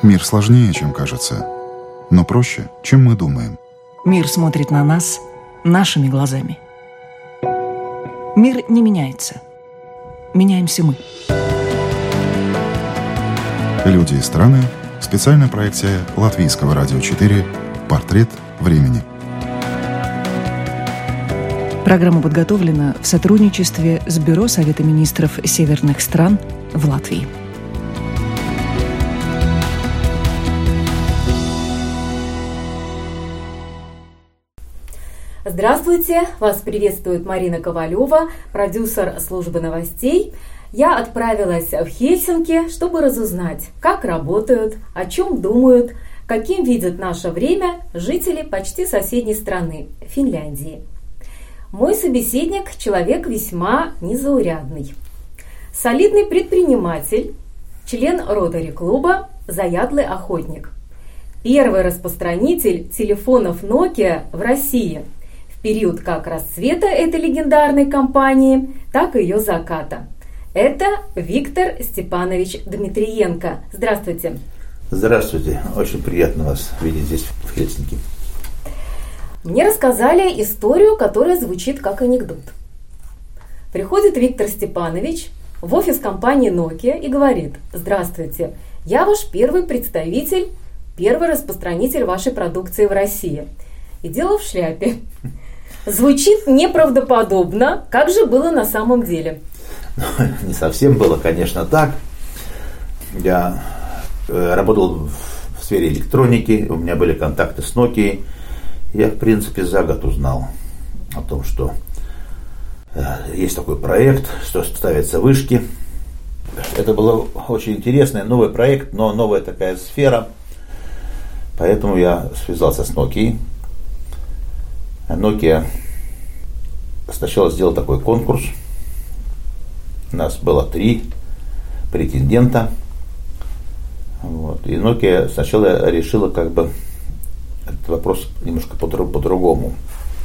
Мир сложнее, чем кажется, но проще, чем мы думаем. Мир смотрит на нас нашими глазами. Мир не меняется. Меняемся мы. Люди и страны. Специальная проекция Латвийского радио 4 «Портрет времени». Программа подготовлена в сотрудничестве с Бюро Совета министров северных стран в Латвии. Здравствуйте! Вас приветствует Марина Ковалева, продюсер службы новостей. Я отправилась в Хельсинки, чтобы разузнать, как работают, о чем думают, каким видят наше время жители почти соседней страны – Финляндии. Мой собеседник – человек весьма незаурядный. Солидный предприниматель, член Ротари-клуба, заядлый охотник. Первый распространитель телефонов Nokia в России – в период как расцвета этой легендарной компании, так и ее заката. Это Виктор Степанович Дмитриенко. Здравствуйте. Здравствуйте. Очень приятно вас видеть здесь, в Хельсинки. Мне рассказали историю, которая звучит как анекдот. Приходит Виктор Степанович в офис компании Nokia и говорит: «Здравствуйте, я ваш первый представитель, первый распространитель вашей продукции в России. И дело в шляпе». Звучит неправдоподобно. Как же было на самом деле? Не совсем было, конечно, так. Я работал в сфере электроники, у меня были контакты с Nokia. Я, в принципе, за год узнал о том, что есть такой проект, что ставятся вышки. Это был очень интересный новый проект, но новая такая сфера. Поэтому я связался с Nokia. Nokia сначала сделал такой конкурс. У нас было 3 претендента. И Nokia сначала решила этот вопрос немножко по-другому.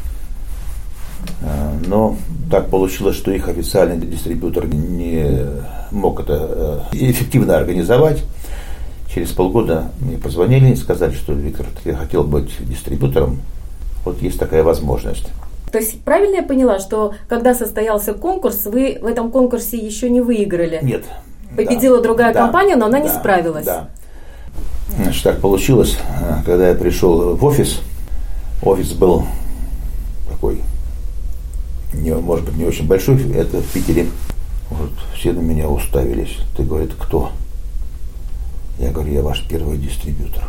Но так получилось, что их официальный дистрибьютор не мог это эффективно организовать. Через полгода мне позвонили и сказали, что: Виктор, я хотел быть дистрибьютором. Вот есть такая возможность. То есть правильно я поняла, что когда состоялся конкурс, вы в этом конкурсе еще не выиграли? Нет. Победила другая компания, но она не справилась. Да. Значит, так получилось, когда я пришел в офис был такой, может быть, не очень большой, это в Питере. Вот, все на меня уставились. Ты, говорит, кто? Я говорю: я ваш первый дистрибьютор.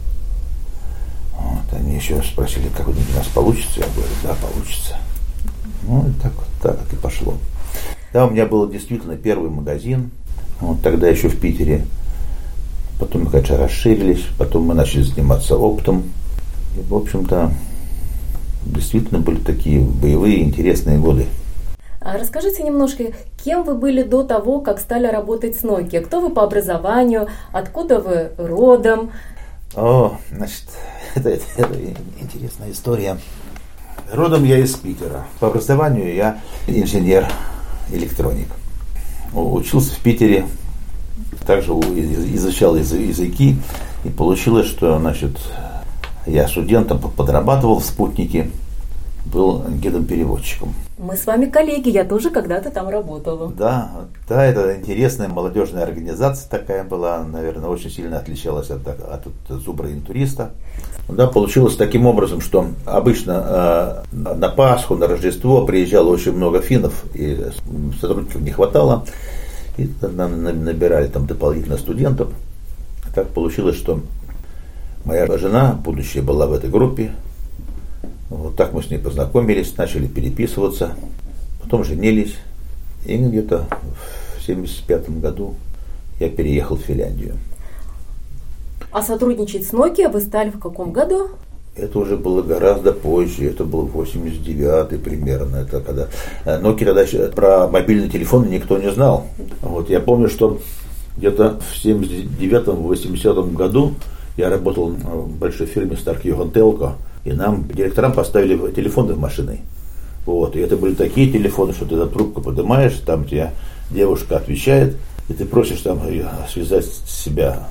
Вот, они еще спросили, как у нас получится. Я говорю: да, получится. Ну, и так и пошло. Да, у меня был действительно первый магазин. Вот, тогда еще в Питере. Потом мы, конечно, расширились. Потом мы начали заниматься оптом. И, в общем-то, действительно были такие боевые, интересные годы. А расскажите немножко, кем вы были до того, как стали работать с Nokia? Кто вы по образованию? Откуда вы родом? Значит, это интересная история. Родом я из Питера. По образованию я инженер-электроник. Учился в Питере, также изучал языки. И получилось, что, значит, я студентом подрабатывал в «Спутнике», был гидом-переводчиком. Мы с вами коллеги, я тоже когда-то там работала. Да, это интересная молодежная организация такая была, наверное, очень сильно отличалась от Зубра Интуриста. Да, получилось таким образом, что обычно на Пасху, на Рождество приезжало очень много финнов, и сотрудников не хватало, и набирали там дополнительно студентов. Так получилось, что моя жена, будущая, была в этой группе. Вот так мы с ней познакомились, начали переписываться, потом женились, и где-то в 1975 году я переехал в Финляндию. А сотрудничать с Nokia вы стали в каком году? Это уже было гораздо позже, это был 89-й примерно, это когда Nokia тогда еще про мобильный телефон никто не знал. Вот, я помню, что где-то в 79-80 году я работал в большой фирме Stark Johan Telco. И нам, директорам, поставили телефоны в машины. Вот. И это были такие телефоны, что ты трубку поднимаешь, там тебе девушка отвечает, и ты просишь там связать себя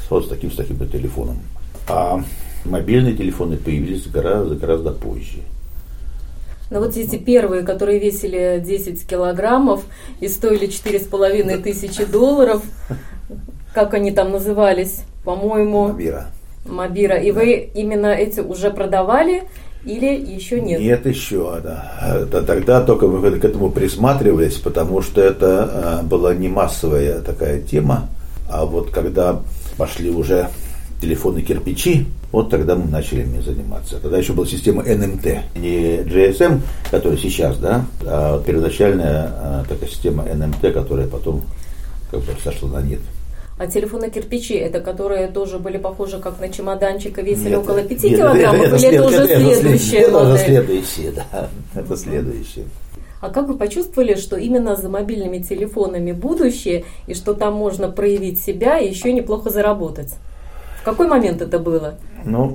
вот с таким телефоном. А мобильные телефоны появились гораздо позже. Но вот эти первые, которые весили 10 килограммов и стоили $4500, как они там назывались, по-моему... Мобира. И вы именно эти уже продавали или еще нет? Нет, еще. Да. Тогда только мы к этому присматривались, потому что это была не массовая такая тема. А вот когда пошли уже телефоны-кирпичи, вот тогда мы начали ими заниматься. Тогда еще была система NMT, не GSM, которая сейчас, да, а первоначальная такая система NMT, которая потом как бы сошла на нет. А телефоны-кирпичи, это которые тоже были похожи как на чемоданчик и весили около 5 килограммов, или это уже следующая модель? Это следующие, да, это следующие. А как вы почувствовали, что именно за мобильными телефонами будущее, и что там можно проявить себя и еще неплохо заработать? В какой момент это было? Ну,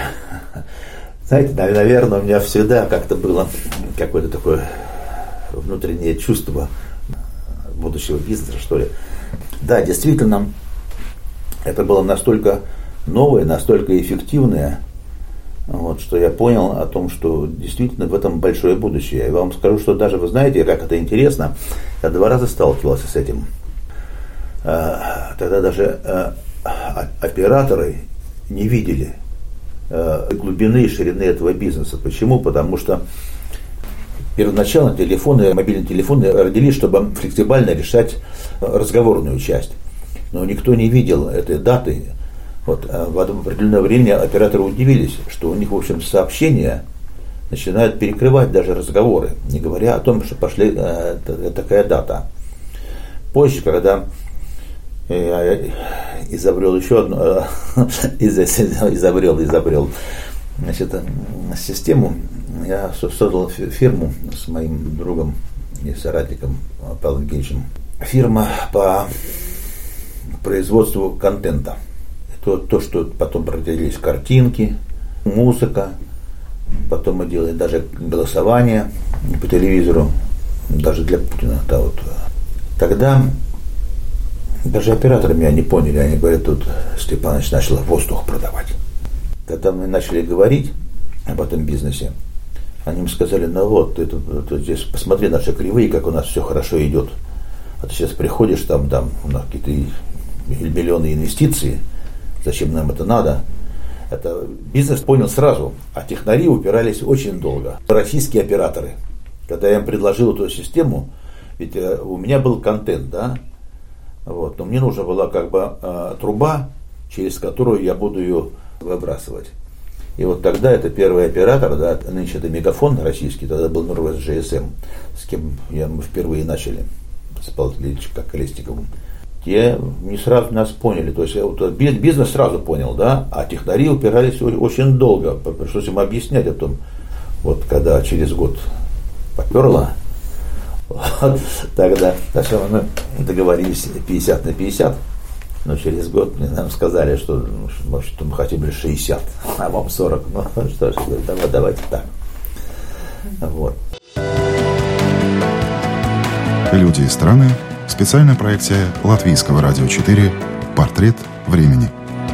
знаете, наверное, у меня всегда как-то было какое-то такое внутреннее чувство будущего бизнеса, что ли. Да, действительно, это было настолько новое, настолько эффективное, вот, что я понял о том, что действительно в этом большое будущее. Я вам скажу, что даже, вы знаете, как это интересно, я 2 раза сталкивался с этим. Тогда даже операторы не видели глубины и ширины этого бизнеса. Почему? Потому что первоначально мобильные телефоны родились, чтобы флексибально решать разговорную часть. Но никто не видел этой даты. Вот, в определенное время операторы удивились, что у них, в общем, сообщения начинают перекрывать даже разговоры, не говоря о том, что пошли такая дата. Позже, когда я изобрел еще одну, изобрел, значит, систему, я создал фирму с моим другом и соратником Павлом Евгеньевичем. Фирма по производству контента. То, что потом родились картинки, музыка, потом мы делали даже голосование по телевизору, даже для Путина. Да, вот. Тогда даже операторы меня не поняли, они говорят, тут Степанович начал воздух продавать. Когда мы начали говорить об этом бизнесе, они мне сказали, ну вот, ты здесь посмотри наши кривые, как у нас все хорошо идет. А ты сейчас приходишь, там у нас какие-то миллионы инвестиций, зачем нам это надо? Это бизнес понял сразу, а технари упирались очень долго. Российские операторы, когда я им предложил эту систему, ведь у меня был контент, да, вот, но мне нужна была как бы труба, через которую я буду ее выбрасывать. И вот тогда это первый оператор, да, нынче это Мегафон российский, тогда был Норвест GSM, с кем мы впервые начали, с Павлом Ильичем Колесниковым. Те не сразу нас поняли, то есть вот, бизнес сразу понял, да, а технари упирались очень долго, пришлось им объяснять о том, вот когда через год поперло, вот, тогда сначала мы договорились 50/50, но через год нам сказали, что может, мы хотим лишь 60, а вам 40, ну что ж, давайте так. Вот. Люди и страны. Специальная проекция Латвийского радио 4 «Портрет времени».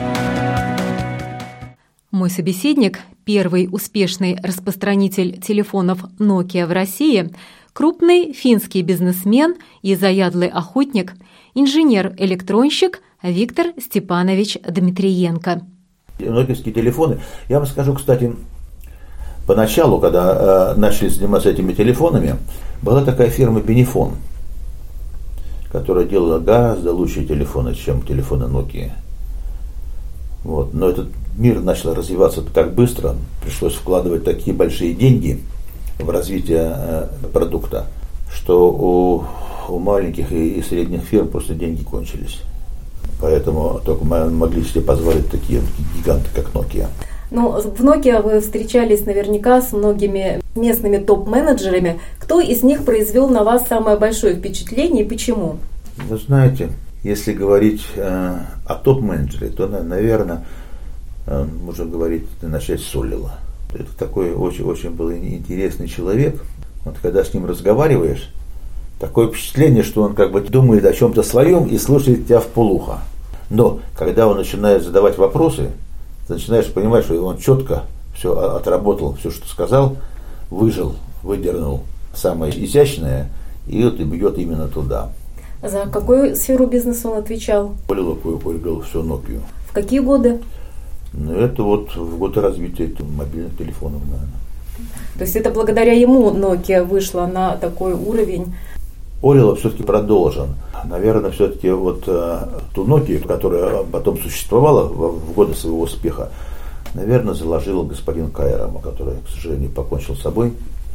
Мой собеседник, первый успешный распространитель телефонов Nokia в России, крупный финский бизнесмен и заядлый охотник, инженер-электронщик Виктор Степанович Дмитриенко. Нокиевские телефоны, я вам скажу, кстати, поначалу, когда начали заниматься этими телефонами, была такая фирма Benifon, которая делала гораздо лучшие телефоны, чем телефоны Nokia. Вот. Но этот мир начал развиваться так быстро, пришлось вкладывать такие большие деньги в развитие продукта, что у маленьких и средних фирм просто деньги кончились. Поэтому только мы могли себе позволить такие гиганты, как Nokia. Ну, в Nokia вы встречались наверняка с многими местными топ-менеджерами. Кто из них произвел на вас самое большое впечатление и почему? Вы знаете, если говорить о топ-менеджере, то, наверное, можно начать с Солила. Это такой очень был интересный человек. Вот когда с ним разговариваешь, такое впечатление, что он как бы думает о чем-то своем и слушает тебя вполуха. Но когда он начинает задавать вопросы, ты начинаешь понимать, что он четко все отработал, все, что сказал, выдернул самое изящное, и вот идет именно туда. За какую сферу бизнеса он отвечал? Полил всю Nokia. В какие годы? Это вот в годы развития мобильных телефонов, наверное. То есть это благодаря ему Nokia вышла на такой уровень? Орел все-таки продолжен. Наверное, все-таки вот ту Nokia, которая потом существовала в годы своего успеха, наверное, заложил господин Кайрама, который, к сожалению, покончил с собой.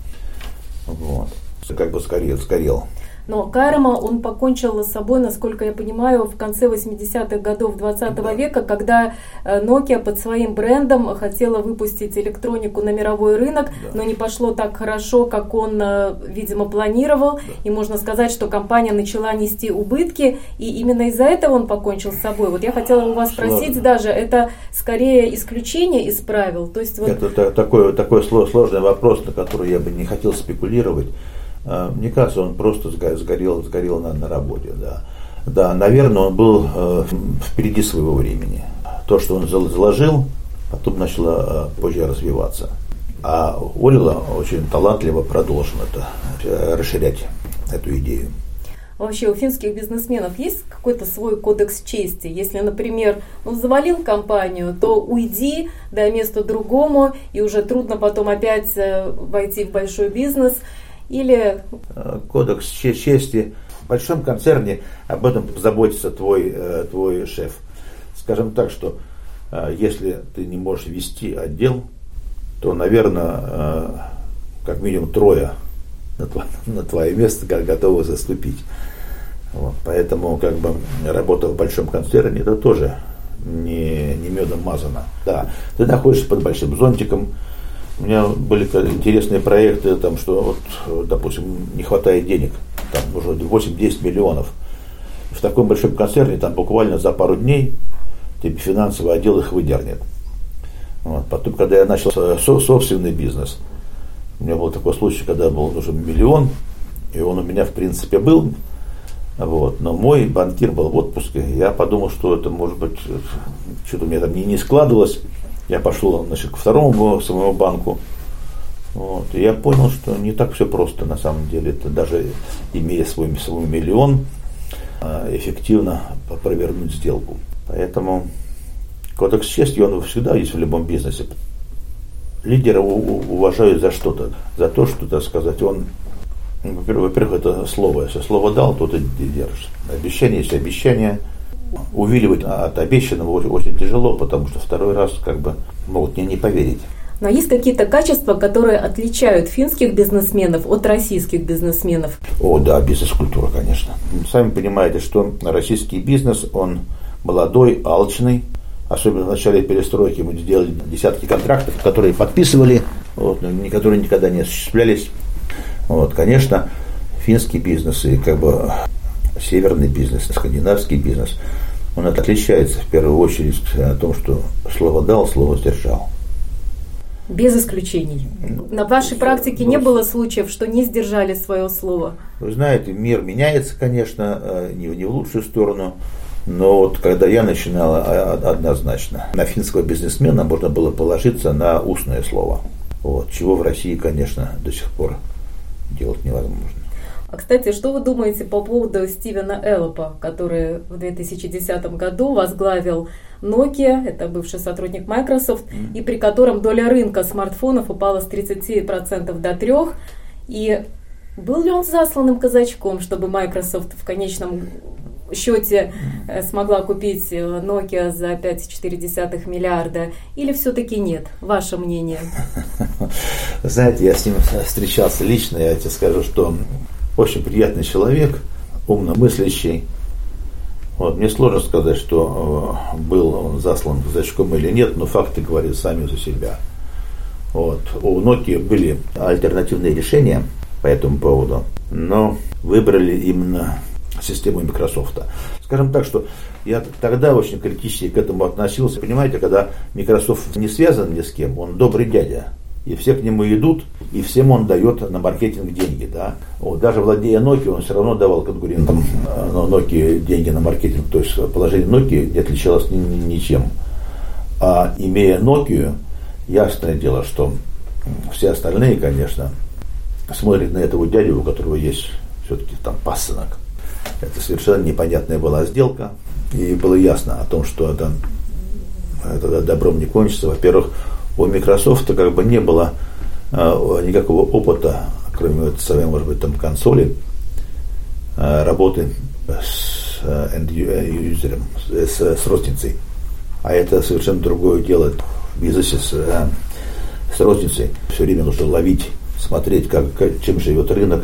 Вот. Как бы сгорел. Но Кайрама, он покончил с собой, насколько я понимаю, в конце 80-х годов 20 века, когда Nokia под своим брендом хотела выпустить электронику на мировой рынок, но не пошло так хорошо, как он, видимо, планировал. И можно сказать, что компания начала нести убытки, и именно из-за этого он покончил с собой. Вот я хотела у вас спросить даже, это скорее исключение из правил? То есть вот... Это такой сложный вопрос, на который я бы не хотел спекулировать. Мне кажется, он просто сгорел на работе. Да, наверное, он был впереди своего времени. То, что он заложил, потом начало позже развиваться. А Орел очень талантливо продолжил расширять эту идею. Вообще у финских бизнесменов есть какой-то свой кодекс чести? Если, например, завалил компанию, то уйди, дай место другому, и уже трудно потом опять войти в большой бизнес. Или... Кодекс чести. В большом концерне об этом позаботится твой шеф. Скажем так, что если ты не можешь вести отдел, то, наверное, как минимум 3 на твое место готовы заступить. Вот. Поэтому как бы работа в большом концерне это тоже не медом мазано. Да, ты находишься под большим зонтиком. У меня были интересные проекты, там, что, вот, допустим, не хватает денег, там нужно 8-10 миллионов. В таком большом концерне там буквально за пару дней тебе финансовый отдел их выдернет. Вот. Потом, когда я начал собственный бизнес, у меня был такой случай, когда был нужен 1 миллион, и он у меня в принципе был, вот, но мой банкир был в отпуске. Я подумал, что это может быть, что-то у меня там не складывалось. Я пошел, значит, к второму своему банку, вот, и я понял, что не так все просто на самом деле. Это даже имея свой 1 миллион, эффективно провернуть сделку. Поэтому кодекс чести, он всегда есть в любом бизнесе. Лидера уважают за что-то, за то, что, так сказать, он, во-первых, это слово. Если слово дал, то ты держишь. Обещание есть обещание. Увиливать от обещанного очень тяжело, потому что второй раз как бы могут не поверить. Но есть какие-то качества, которые отличают финских бизнесменов от российских бизнесменов? О, да, бизнес-культура, конечно. Сами понимаете, что российский бизнес, он молодой, алчный. Особенно в начале перестройки мы сделали десятки контрактов, которые подписывали, вот, но которые никогда не осуществлялись. Вот, конечно, финский бизнес и как бы северный бизнес, скандинавский бизнес, он отличается в первую очередь о том, что слово дал, слово сдержал. Без исключений. На вашей практике не было случаев, что не сдержали свое слово? Вы знаете, мир меняется, конечно, не в лучшую сторону, но вот когда я начинал, однозначно, на финского бизнесмена можно было положиться на устное слово, вот, чего в России, конечно, до сих пор делать невозможно. А, кстати, что вы думаете по поводу Стивена Эллопа, который в 2010 году возглавил Nokia, это бывший сотрудник Microsoft, и при котором доля рынка смартфонов упала с 30% до 3%, и был ли он засланным казачком, чтобы Microsoft в конечном счете смогла купить Nokia за 5,4 миллиарда, или все-таки нет? Ваше мнение? Знаете, я с ним встречался лично, я тебе скажу, что очень приятный человек, умно мыслящий. Вот, мне сложно сказать, что был он заслан казачком или нет, но факты говорят сами за себя. Вот. У Nokia были альтернативные решения по этому поводу, но выбрали именно систему Microsoft. Скажем так, что я тогда очень критически к этому относился. Понимаете, когда Microsoft не связан ни с кем, он добрый дядя. и все к нему идут, и всем он дает на маркетинг деньги. Да? Вот, даже владея Nokia, он все равно давал конкурентам Nokia деньги на маркетинг. То есть положение Nokia не отличалось ничем. А имея Nokia, ясное дело, что все остальные, конечно, смотрят на этого дядю, у которого есть все-таки там пасынок. Это совершенно непонятная была сделка. И было ясно о том, что это добром не кончится. Во-первых, у Microsoft как бы не было никакого опыта, кроме своей, может быть, там консоли, работы с end-юзером, с розницей. А это совершенно другое дело в бизнесе с розницей. Все время нужно ловить, смотреть, чем живет рынок.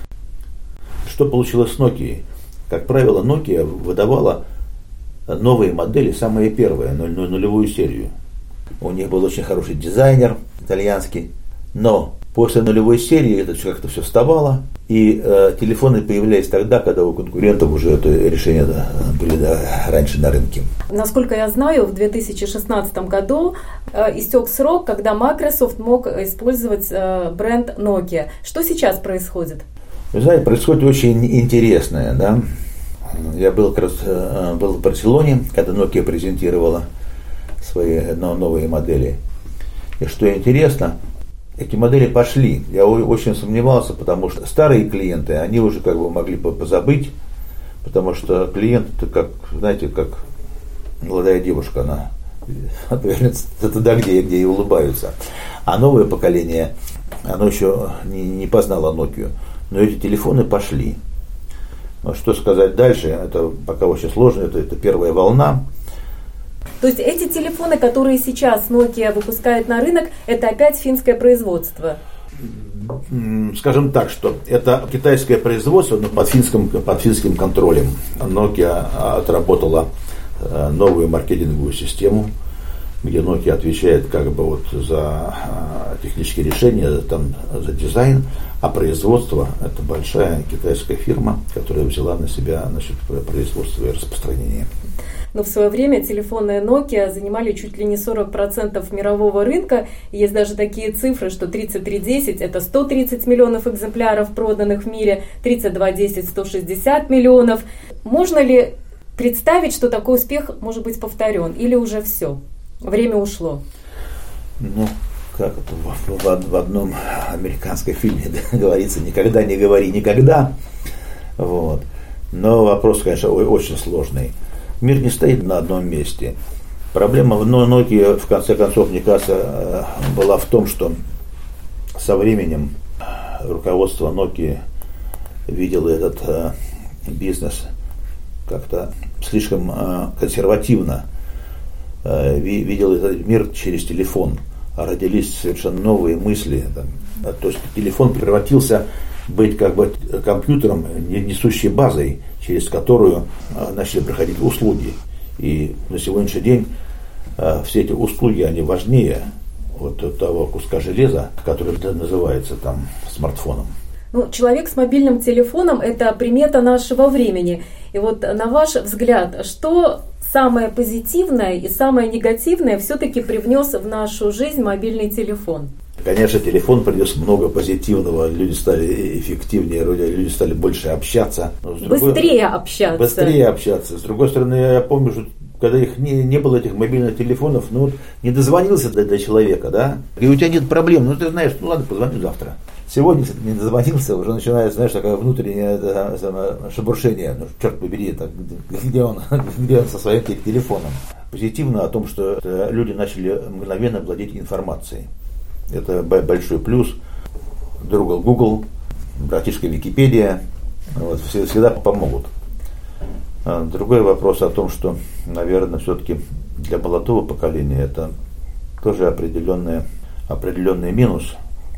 Что получилось с Nokia? Как правило, Nokia выдавала новые модели, самые первые, нулевую серию. У них был очень хороший дизайнер итальянский, но после нулевой серии это как-то все вставало, и телефоны появлялись тогда, когда у конкурентов уже это решение были раньше на рынке. Насколько я знаю, в 2016 году истек срок, когда Microsoft мог использовать бренд Nokia. Что сейчас происходит? Вы знаете, происходит очень интересное, да. Я был в Барселоне, когда Nokia презентировала свои новые модели. И что интересно, эти модели пошли. Я очень сомневался, потому что старые клиенты, они уже как бы могли позабыть, потому что клиент, как, знаете, как молодая девушка, она повернется туда, где и улыбаются. А новое поколение, оно еще не познало Nokia. Но эти телефоны пошли. Но что сказать дальше, это пока очень сложно, это первая волна. То есть эти телефоны, которые сейчас Nokia выпускает на рынок, это опять финское производство? Скажем так, что это китайское производство, но под финским контролем. Nokia отработала новую маркетинговую систему, где Nokia отвечает как бы вот за технические решения, там, за дизайн, а производство – это большая китайская фирма, которая взяла на себя, значит, производство и распространение. Но в свое время телефоны Nokia занимали чуть ли не 40% мирового рынка. Есть даже такие цифры, что 3310 – это 130 миллионов экземпляров, проданных в мире, 3210 – 160 миллионов. Можно ли представить, что такой успех может быть повторен? Или уже все? Время ушло. Ну, как это в одном американском фильме говорится, никогда не говори никогда. Вот. Но вопрос, конечно, очень сложный. Мир не стоит на одном месте. Проблема в Nokia, в конце концов, мне кажется, была в том, что со временем руководство Nokia видело этот бизнес как-то слишком консервативно, видел этот мир через телефон, а родились совершенно новые мысли. То есть телефон превратился быть как бы компьютером, несущей базой, через которую начали проходить услуги. И на сегодняшний день все эти услуги, они важнее вот того куска железа, который называется там смартфоном. Ну, человек с мобильным телефоном – это примета нашего времени. И вот на ваш взгляд, что самое позитивное и самое негативное все-таки привнес в нашу жизнь мобильный телефон? Конечно, телефон принес много позитивного, люди стали эффективнее, люди стали больше общаться. Быстрее общаться. С другой стороны, я помню, что когда их не было, этих мобильных телефонов, ну вот не дозвонился до человека, да, и у тебя нет проблем, ну ты знаешь, ну ладно, позвоню завтра. Сегодня, если ты не дозвонился, уже начинается, знаешь, такое внутреннее шебуршение. Ну, черт побери, где он со своим телефоном. Позитивно о том, что люди начали мгновенно владеть информацией. Это большой плюс. Google, братишка Википедия, вот, всегда помогут. Другой вопрос о том, что, наверное, все-таки для молодого поколения это тоже определенный минус.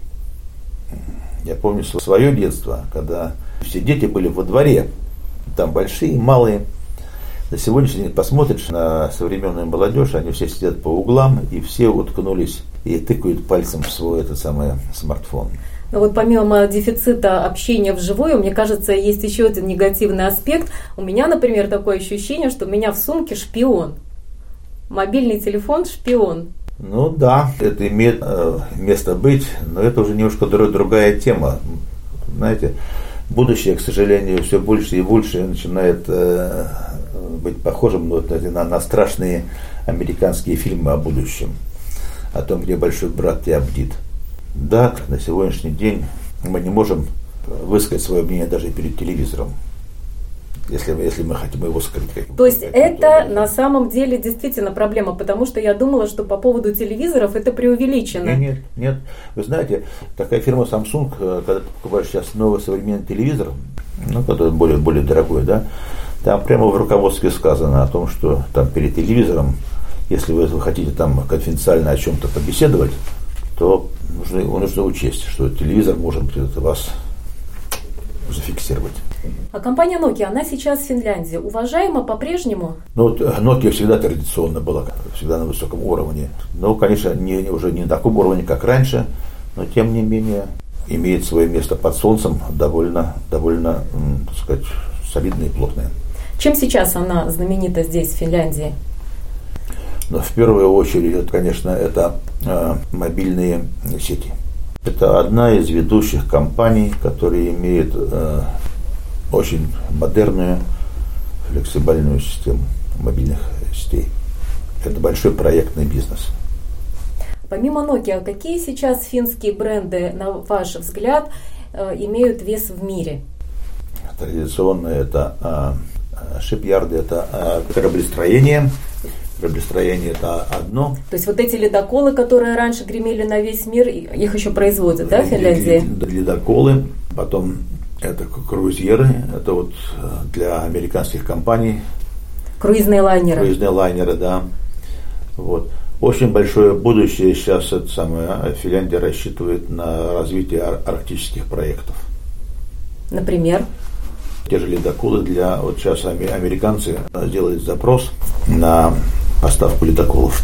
Я помню свое детство, когда все дети были во дворе, там большие, малые. На сегодняшний день посмотришь на современную молодежь, они все сидят по углам и все уткнулись и тыкают пальцем в свой смартфон. Но вот помимо дефицита общения вживую, мне кажется, есть еще один негативный аспект. У меня, например, такое ощущение, что у меня в сумке шпион. Мобильный телефон – шпион. Ну да, это имеет место быть, но это уже немножко другая тема. Знаете, будущее, к сожалению, все больше и больше начинает быть похожим на страшные американские фильмы о будущем, о том, где большой брат тебя бдит. Да, на сегодняшний день мы не можем высказать свое мнение даже перед телевизором, если мы хотим его скрыть. То есть это на самом деле действительно проблема, потому что я думала, что по поводу телевизоров это преувеличено. Нет. Вы знаете, такая фирма Samsung, когда ты покупаешь сейчас новый современный телевизор, который более дорогой, да, там прямо в руководстве сказано о том, что там перед телевизором, если вы хотите там конфиденциально о чем-то побеседовать, то нужно учесть, что телевизор может вас зафиксировать. А компания Nokia, она сейчас в Финляндии уважаема по-прежнему? Nokia всегда традиционно была, всегда на высоком уровне. Но, конечно, уже не на таком уровне, как раньше, но тем не менее имеет свое место под солнцем довольно, так сказать, солидное и плотное. Чем сейчас она знаменита здесь, в Финляндии? Но в первую очередь, конечно, это мобильные сети. Это одна из ведущих компаний, которая имеет очень модерную, флексибельную систему мобильных сетей. Это большой проектный бизнес. Помимо Nokia, какие сейчас финские бренды, на ваш взгляд, имеют вес в мире? Традиционно это шипярды, это кораблестроение. Кораблестроение – это одно. То есть вот эти ледоколы, которые раньше гремели на весь мир, их еще производят, да, в Финляндии? Ледоколы, потом это круизеры, это вот для американских компаний. Круизные лайнеры. Круизные лайнеры, да. Вот. Очень большое будущее сейчас Финляндия рассчитывает на развитие арктических проектов. Например? Те же ледоколы вот сейчас американцы делают запрос на поставку ледоколов.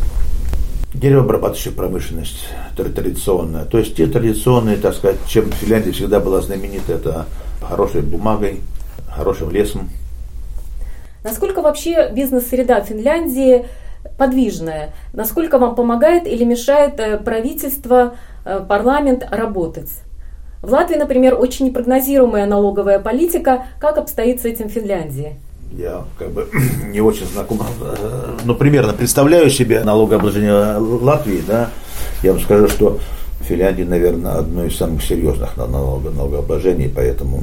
Деревообрабатывающая промышленность традиционная. То есть те традиционные, так сказать, чем Финляндия всегда была знаменита, это хорошей бумагой, хорошим лесом. Насколько вообще бизнес-среда Финляндии подвижная? Насколько вам помогает или мешает правительство, парламент работать? В Латвии, например, очень непрогнозируемая налоговая политика. Как обстоит с этим в Финляндии? Я не очень знаком, но примерно представляю себе налогообложение Латвии, да. Я вам скажу, что в Финляндии, наверное, одно из самых серьезных налогообложений, поэтому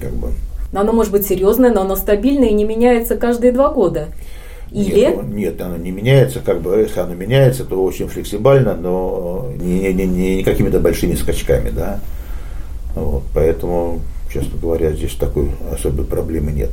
Но оно может быть серьезное, но оно стабильное и не меняется каждые 2 года. Или? Нет, оно не меняется, если оно меняется, то очень флексибельно, но не какими-то большими скачками, да. Вот, поэтому, честно говоря, здесь такой особой проблемы нет.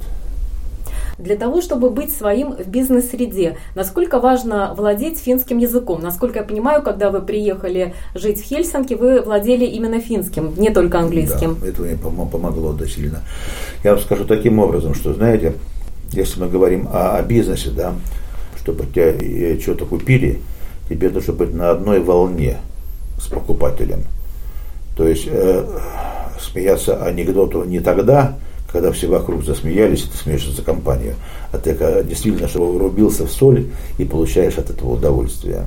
Для того, чтобы быть своим в бизнес-среде, насколько важно владеть финским языком? Насколько я понимаю, когда вы приехали жить в Хельсинки, вы владели именно финским, не только английским. Да, это мне помогло сильно. Я вам скажу таким образом, что, знаете, если мы говорим о бизнесе, да, чтобы тебя что-то купили, тебе нужно быть на одной волне с покупателем. То есть смеяться анекдоту не тогда, когда все вокруг засмеялись, и ты смеешься за компанию, а ты действительно, чтобы врубился в соль и получаешь от этого удовольствие.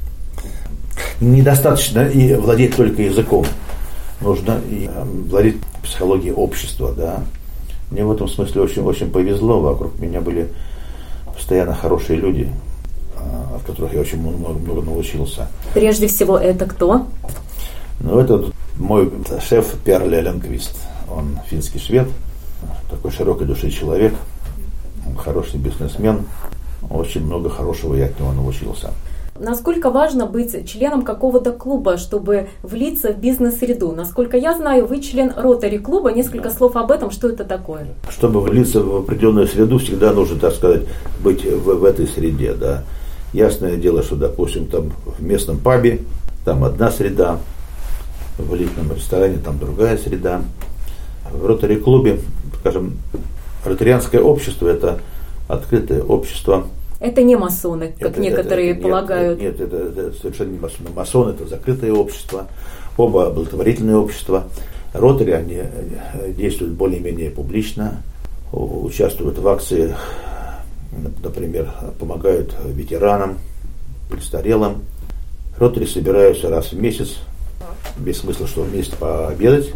Недостаточно и владеть только языком, нужно и владеть психологией общества, да. Мне в этом смысле очень повезло, вокруг меня были постоянно хорошие люди, от которых я очень много научился. Прежде всего, это кто? Это мой шеф Перле Ленквист, он финский швед, такой широкой души человек, хороший бизнесмен, очень много хорошего я от него научился. Насколько важно быть членом какого-то клуба, чтобы влиться в бизнес-среду? Насколько я знаю, вы член Ротари-клуба. Несколько слов об этом, что это такое? Чтобы влиться в определенную среду, всегда нужно, так сказать, быть в этой среде. Да. Ясное дело, что, допустим, там в местном пабе там одна среда, в элитном ресторане там другая среда. В Ротари-клубе, скажем, ротарианское общество – это открытое общество. Это не масоны, как некоторые полагают. Нет, это совершенно не масоны. Масоны – это закрытое общество, оба благотворительные общества. Ротари, они действуют более-менее публично, участвуют в акциях, например, помогают ветеранам, престарелым. Ротари собираются раз в месяц, без смысла, что вместе пообедать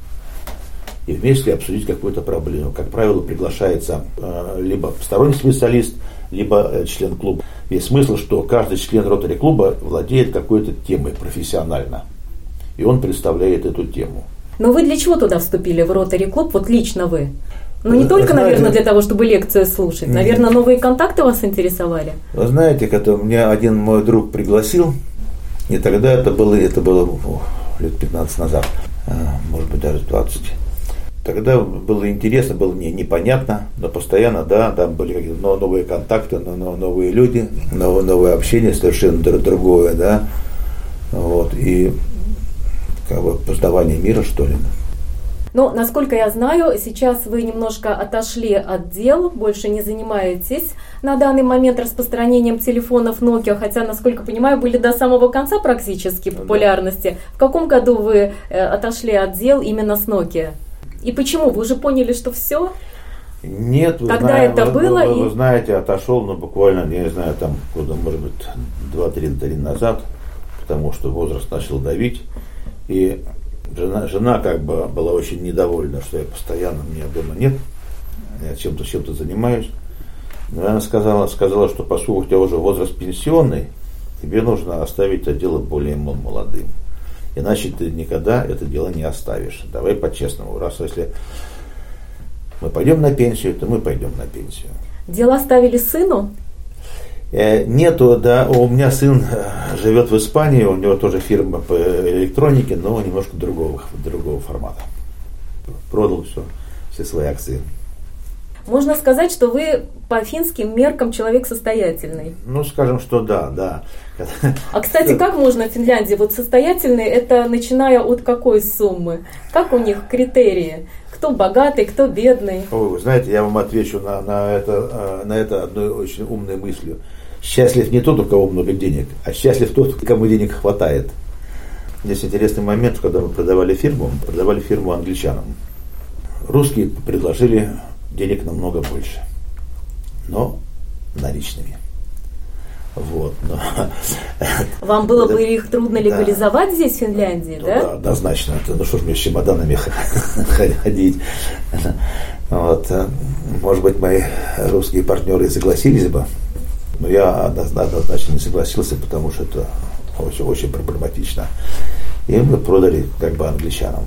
и вместе обсудить какую-то проблему. Как правило, приглашается либо сторонний специалист, либо член клуба. Есть смысл, что каждый член Ротари клуба владеет какой-то темой профессионально, и он представляет эту тему. Но вы для чего туда вступили, в Ротари клуб, вот лично вы? Ну, не только, наверное, для того, чтобы лекцию слушать. Наверное, новые контакты вас интересовали? Вы знаете, когда меня один мой друг пригласил, и тогда это было лет 15 назад, может быть, даже 20. Тогда было интересно, было непонятно, но постоянно, да, там были какие-то новые контакты, новые люди, новое общение, совершенно другое, да, вот, и как бы познавание мира, что ли. Ну, насколько я знаю, сейчас вы немножко отошли от дел, больше не занимаетесь на данный момент распространением телефонов Nokia, хотя, насколько понимаю, были до самого конца практически популярности. В каком году вы отошли от дел именно с Nokia? И почему? Вы уже поняли, что все? Нет, вы знаете, отошел, но буквально, я не знаю, там, может быть, 2-3 назад, потому что возраст начал давить, и жена как бы была очень недовольна, что я постоянно, меня дома нет, я чем-то занимаюсь. Но она сказала, что поскольку у тебя уже возраст пенсионный, тебе нужно оставить это дело более молодым. Иначе ты никогда это дело не оставишь. Давай по-честному. Раз если мы пойдем на пенсию, то мы пойдем на пенсию. Дело оставили сыну? Нету, да. У меня сын живет в Испании, у него тоже фирма по электронике, но немножко другого формата. Продал все свои акции. Можно сказать, что вы по финским меркам человек состоятельный. Ну, скажем, что да. А, кстати, как можно в Финляндии? Вот состоятельный, это начиная от какой суммы? Как у них критерии? Кто богатый, кто бедный? Ой, вы знаете, я вам отвечу на это одной очень умной мыслью. Счастлив не тот, у кого много денег, а счастлив тот, кому денег хватает. Здесь интересный момент, когда мы продавали фирму англичанам. Русские предложили денег намного больше, но наличными. Вот, Вам было бы их трудно легализовать здесь, в Финляндии, да? Да, однозначно. Ну что ж мне с чемоданами ходить. Вот. Может быть, мои русские партнеры согласились бы, но я однозначно не согласился, потому что это очень, очень проблематично. И мы продали как бы англичанам.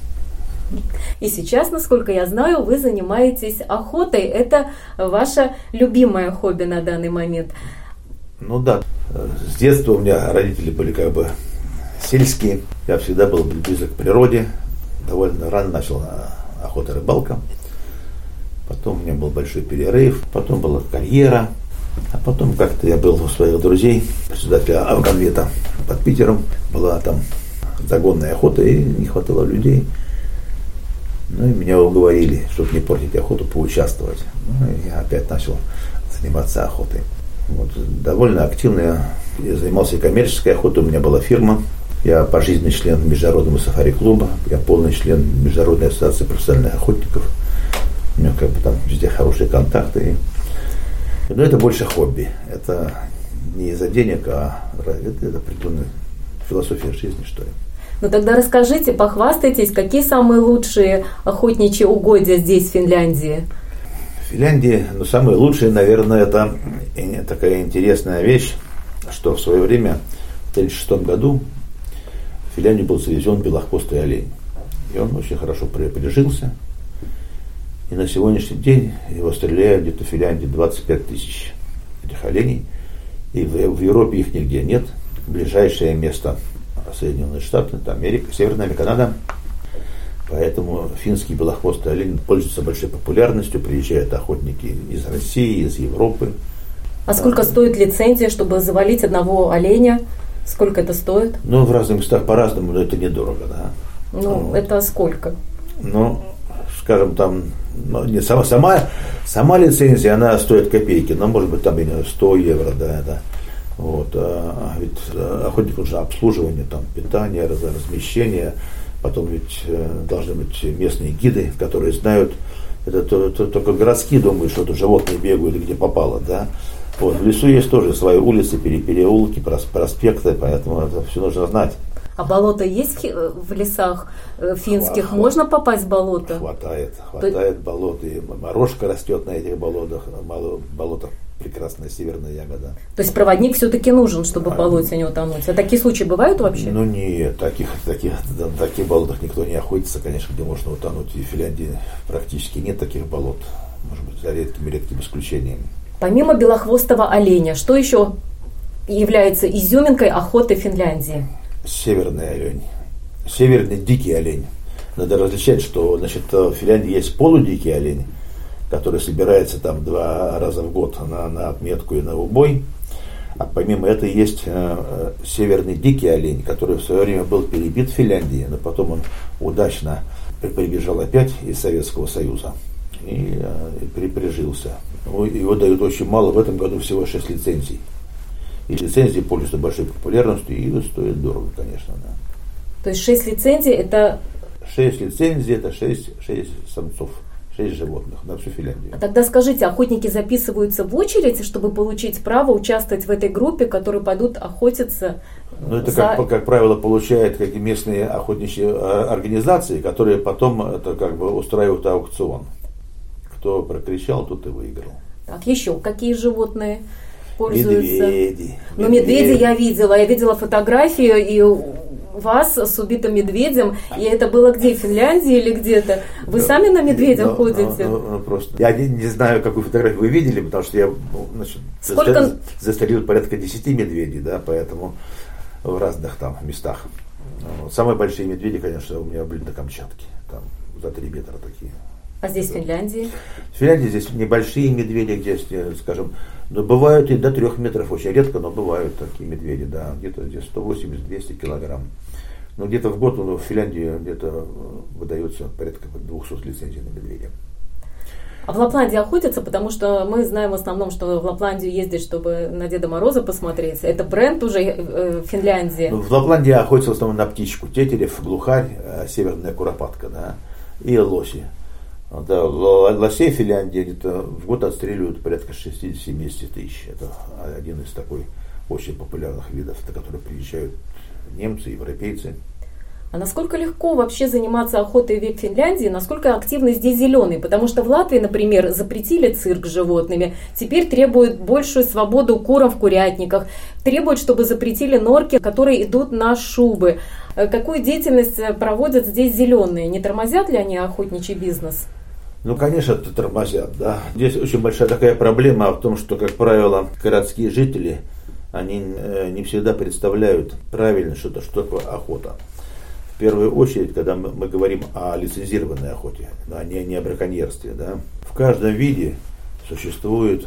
И сейчас, насколько я знаю, вы занимаетесь охотой. Это ваше любимое хобби на данный момент. Ну да, с детства у меня родители были как бы сельские. Я всегда был близок к природе. Довольно рано начал охота и рыбалка. Потом у меня был большой перерыв. Потом была карьера. А потом как-то я был у своих друзей, председателя Авконвета под Питером. Была там загонная охота, и не хватало людей. Ну и меня уговорили, чтобы не портить охоту, поучаствовать. Ну и я опять начал заниматься охотой. Вот, довольно активно я занимался и коммерческой охотой, у меня была фирма. Я пожизненный член Международного сафари-клуба, я полный член Международной ассоциации профессиональных охотников. У меня как бы там везде хорошие контакты. Но это больше хобби. Это не из-за денег, а это определенная философия жизни, что ли. Ну тогда расскажите, похвастайтесь, какие самые лучшие охотничьи угодья здесь, в Финляндии? В Финляндии, самые лучшие, наверное, это такая интересная вещь, что в свое время, в 1936 году, в Финляндию был завезен белохвостый олень. И он очень хорошо прижился. И на сегодняшний день его стреляют где-то в Финляндии 25 тысяч этих оленей. И в Европе их нигде нет. Ближайшее место Соединенные Штаты, это Америка, Северная Америка, Канада. Поэтому финский белохвостый олень пользуется большой популярностью. Приезжают охотники из России, из Европы. А сколько стоит лицензия, чтобы завалить одного оленя? Сколько это стоит? В разных местах по-разному, но это недорого, да. Это сколько? Скажем, там, сама лицензия, она стоит копейки, но может быть там 100 евро, да, это. Вот, ведь охотник уже обслуживание, там, питание, размещение, потом ведь должны быть местные гиды, которые знают, это только городские думают, что это животные бегают где попало, да, Вот, в лесу есть тоже свои улицы, переулки, проспекты, поэтому это все нужно знать. А болото есть в лесах финских? Можно попасть в болото? Хватает болот. И морожка растет на этих болотах. Болото прекрасная северная ягода. То есть проводник все-таки нужен, чтобы в болоте не утонуть. А такие случаи бывают вообще? Ну нет, таких болотах никто не охотится, конечно, где можно утонуть. И в Финляндии практически нет таких болот. Может быть, за редким исключением. Помимо белохвостого оленя, что еще является изюминкой охоты Финляндии? Северный олень. Северный дикий олень. Надо различать, что в Финляндии есть полудикий олень, который собирается там 2 раза в год на отметку и на убой. А помимо этого есть северный дикий олень, который в свое время был перебит в Финляндии, но потом он удачно прибежал опять из Советского Союза и прижился. Его дают очень мало, в этом году всего 6 лицензий. И лицензии пользуются большой популярностью и стоят дорого, конечно. Да. То есть 6 лицензий это... 6 лицензий это 6 самцов, 6 животных на всю Финляндию. А тогда скажите, охотники записываются в очередь, чтобы получить право участвовать в этой группе, которые пойдут охотиться? Ну, это, как правило, получают местные охотничьи организации, которые потом устраивают аукцион. Кто прокричал, тот и выиграл. Так, еще какие животные пользуются? Медведи. Ну, медведи я видела фотографию и вас с убитым медведем, и это было где, в Финляндии или где-то? Вы сами на медведя ходите? Просто. Я не знаю, какую фотографию вы видели, потому что я застрелил порядка 10 медведей, да, поэтому в разных там местах. Самые большие медведи, конечно, у меня были на Камчатке, там за 3 метра такие. А здесь в Финляндии? В Финляндии здесь небольшие медведи, где, скажем, но бывают и до 3 метров, очень редко, но бывают такие медведи, да, где-то 180-200 килограмм. Но где-то в год в Финляндии где-то выдается порядка 200 лицензий на медведя. А в Лапландии охотятся, потому что мы знаем в основном, что в Лапландию ездить, чтобы на Деда Мороза посмотреть. Это бренд уже Финляндии. Ну, в Лапландии охотятся в основном на птичку. Тетерев, глухарь, северная куропатка, да, и лоси. Да, лосей в Финляндии где-то в год отстреливают порядка 60-70 тысяч. Это один из такой очень популярных видов, на которые приезжают немцы, европейцы. А насколько легко вообще заниматься охотой в Финляндии, насколько активны здесь зеленые? Потому что в Латвии, например, запретили цирк с животными, теперь требуют большую свободу курам в курятниках, требуют, чтобы запретили норки, которые идут на шубы. Какую деятельность проводят здесь зеленые? Не тормозят ли они охотничий бизнес? Ну, конечно, тормозят, да. Здесь очень большая такая проблема в том, что, как правило, городские жители, они не всегда представляют правильно, что такое охота. В первую очередь, когда мы говорим о лицензированной охоте, а не о браконьерстве, да. В каждом виде существуют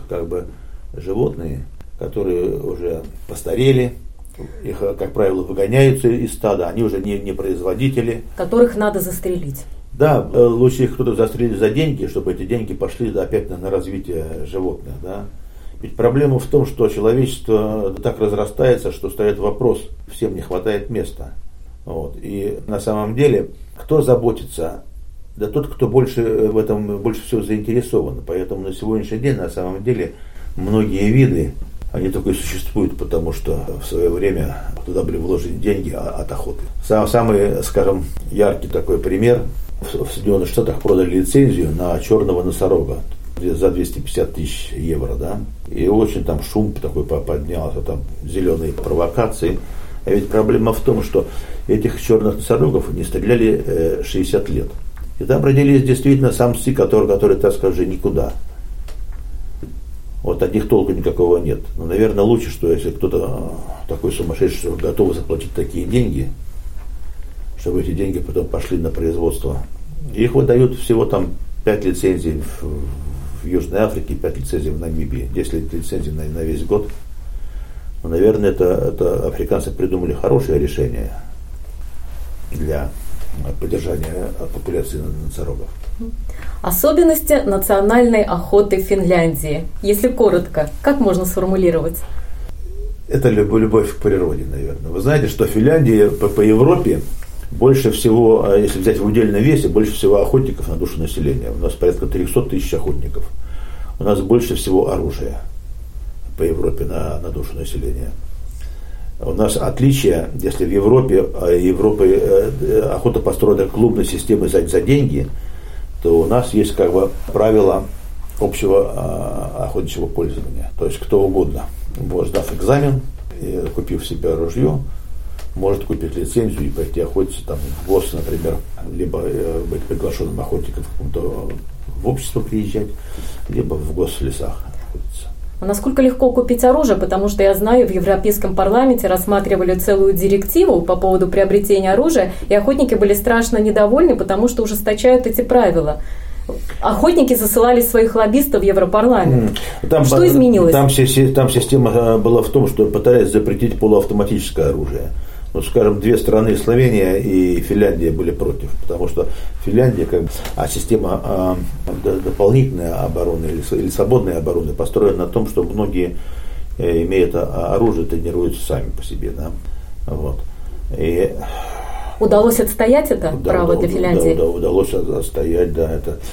животные, которые уже постарели, их, как правило, выгоняются из стада, они уже не производители. Которых надо застрелить. Да, лучше их кто-то застрелить за деньги, чтобы эти деньги пошли опять на развитие животных. Да. Ведь проблема в том, что человечество так разрастается, что встает вопрос, всем не хватает места. Вот. И на самом деле, кто заботится? Да тот, кто в этом больше всего заинтересован. Поэтому на сегодняшний день, на самом деле, многие виды, они только и существуют, потому что в свое время туда были вложены деньги от охоты. Самый, скажем, яркий такой пример. В Соединенных Штатах продали лицензию на черного носорога за 250 тысяч евро, да. И очень там шум такой поднялся, там зеленые провокации. А ведь проблема в том, что этих черных носорогов не стреляли 60 лет. И там родились действительно самцы, которые, так скажем, никуда. Вот от них толку никакого нет. Но, наверное, лучше, что если кто-то такой сумасшедший, что готов заплатить такие деньги, чтобы эти деньги потом пошли на производство. Их выдают всего там 5 лицензий в Южной Африке, 5 лицензий в Намибии, 10 лицензий на весь год. Но, наверное, это африканцы придумали хорошее решение для поддержания популяции носорогов. Особенности национальной охоты в Финляндии. Если коротко, как можно сформулировать? Это любовь к природе, наверное. Вы знаете, что в Финляндии по Европе больше всего, если взять в удельном весе, больше всего охотников на душу населения. У нас порядка 300 тысяч охотников. У нас больше всего оружия. по Европе на душу населения. У нас отличие, если в Европе охота построена клубной системой за деньги, то у нас есть как бы правила общего охотничьего пользования. То есть кто угодно, сдав экзамен, и купив себе ружье, может купить лицензию и пойти охотиться там, в ГОС, например, либо быть приглашенным охотником в общество приезжать, либо в гослесах охотиться. А насколько легко купить оружие? Потому что я знаю, в Европейском парламенте рассматривали целую директиву по поводу приобретения оружия, и охотники были страшно недовольны, потому что ужесточают эти правила. Охотники засылали своих лоббистов в Европарламент. Что изменилось? Там система была в том, что пытались запретить полуавтоматическое оружие. Вот, скажем, две страны, Словения и Финляндия, были против, потому что Финляндия, система дополнительной обороны или свободной обороны построена на том, что многие, имея оружие, тренируются сами по себе. Да? Вот. И удалось отстоять это право для Финляндии? Да, удалось отстоять, да.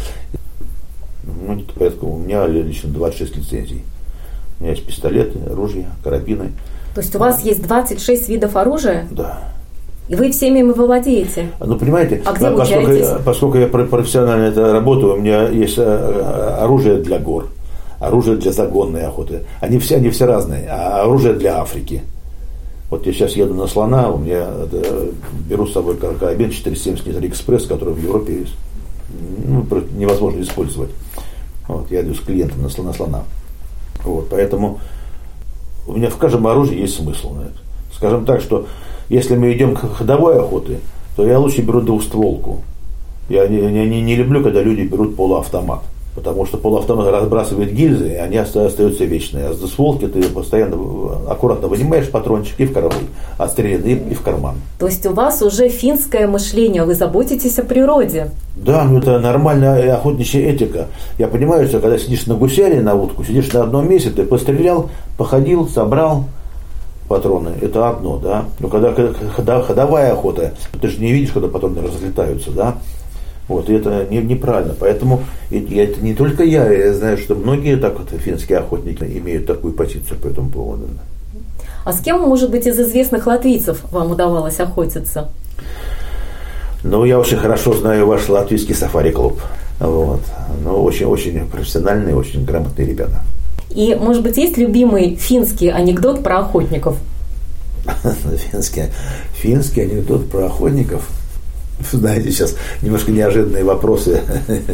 У меня лично 26 лицензий. У меня есть пистолеты, ружья, карабины. То есть у вас есть 26 видов оружия? Да. И вы всеми ими владеете? Понимаете, а где вы учаетесь? Поскольку я профессионально это работаю, у меня есть оружие для гор, оружие для загонной охоты. Они все разные, а оружие для Африки. Вот я сейчас еду на слона, у меня беру с собой карабин 470 Экспресс, который в Европе невозможно использовать. Вот, я иду с клиентом на слона. Вот, поэтому у меня в каждом оружии есть смысл. Скажем так, что если мы идем к ходовой охоте, то я лучше беру двустволку. Я не люблю, когда люди берут полуавтомат. Потому что полуавтомат разбрасывает гильзы, и они остаются вечные. А с двустволки ты постоянно аккуратно вынимаешь патрончик и в коробку, отстрелян и в карман. То есть у вас уже финское мышление, вы заботитесь о природе? Да, это нормальная охотничья этика. Я понимаю, что когда сидишь на гуся или на утку, сидишь на одном месте, ты пострелял, походил, собрал патроны, это одно, да. Но когда ходовая охота, ты же не видишь, когда патроны разлетаются, да. Вот, и это неправильно. Поэтому это не только я знаю, что многие финские охотники имеют такую позицию по этому поводу. А с кем, может быть, из известных латвийцев вам удавалось охотиться? Я очень хорошо знаю ваш латвийский сафари-клуб. Вот. Очень профессиональные, очень грамотные ребята. И, может быть, есть любимый финский анекдот про охотников? Финский анекдот про охотников? Знаете, сейчас немножко неожиданные вопросы.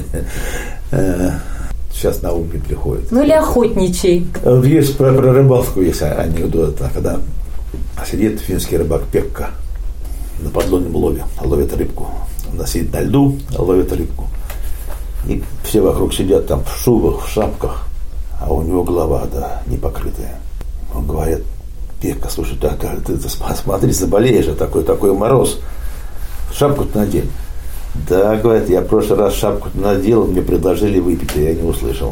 Сейчас на ум не приходит. Или охотничий. Есть про рыбалку есть анекдот, когда сидит финский рыбак Пекка на подлунном лове, ловит рыбку. Он сидит на льду, ловит рыбку. И все вокруг сидят там в шубах, в шапках, а у него голова, не покрытая. Он говорит: Пекка, слушай, ты смотри, заболеешь, такой мороз. Шапку-то надень. Да, говорит, я в прошлый раз шапку-то надел, мне предложили выпить, а я не услышал.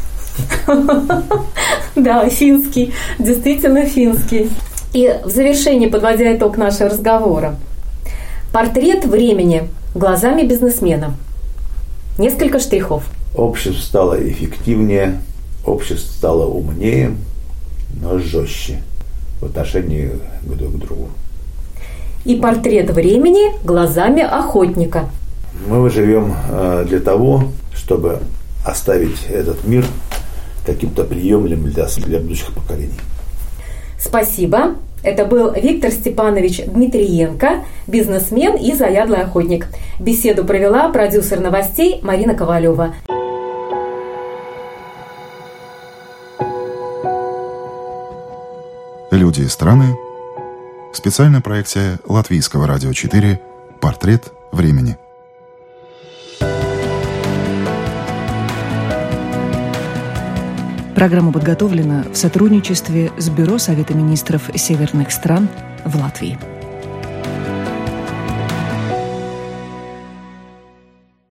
Да, финский, действительно финский. И в завершении, подводя итог нашего разговора, портрет времени глазами бизнесмена. Несколько штрихов. Общество стало эффективнее, общество стало умнее, но жестче в отношении друг к другу. И портрет времени глазами охотника. Мы живем для того, чтобы оставить этот мир каким-то приемлемым для будущих поколений. Спасибо. Это был Виктор Степанович Дмитриенко, бизнесмен и заядлый охотник. Беседу провела продюсер новостей Марина Ковалева. Люди и страны. Специальная проекция Латвийского радио 4 «Портрет времени». Программа подготовлена в сотрудничестве с Бюро Совета министров северных стран в Латвии.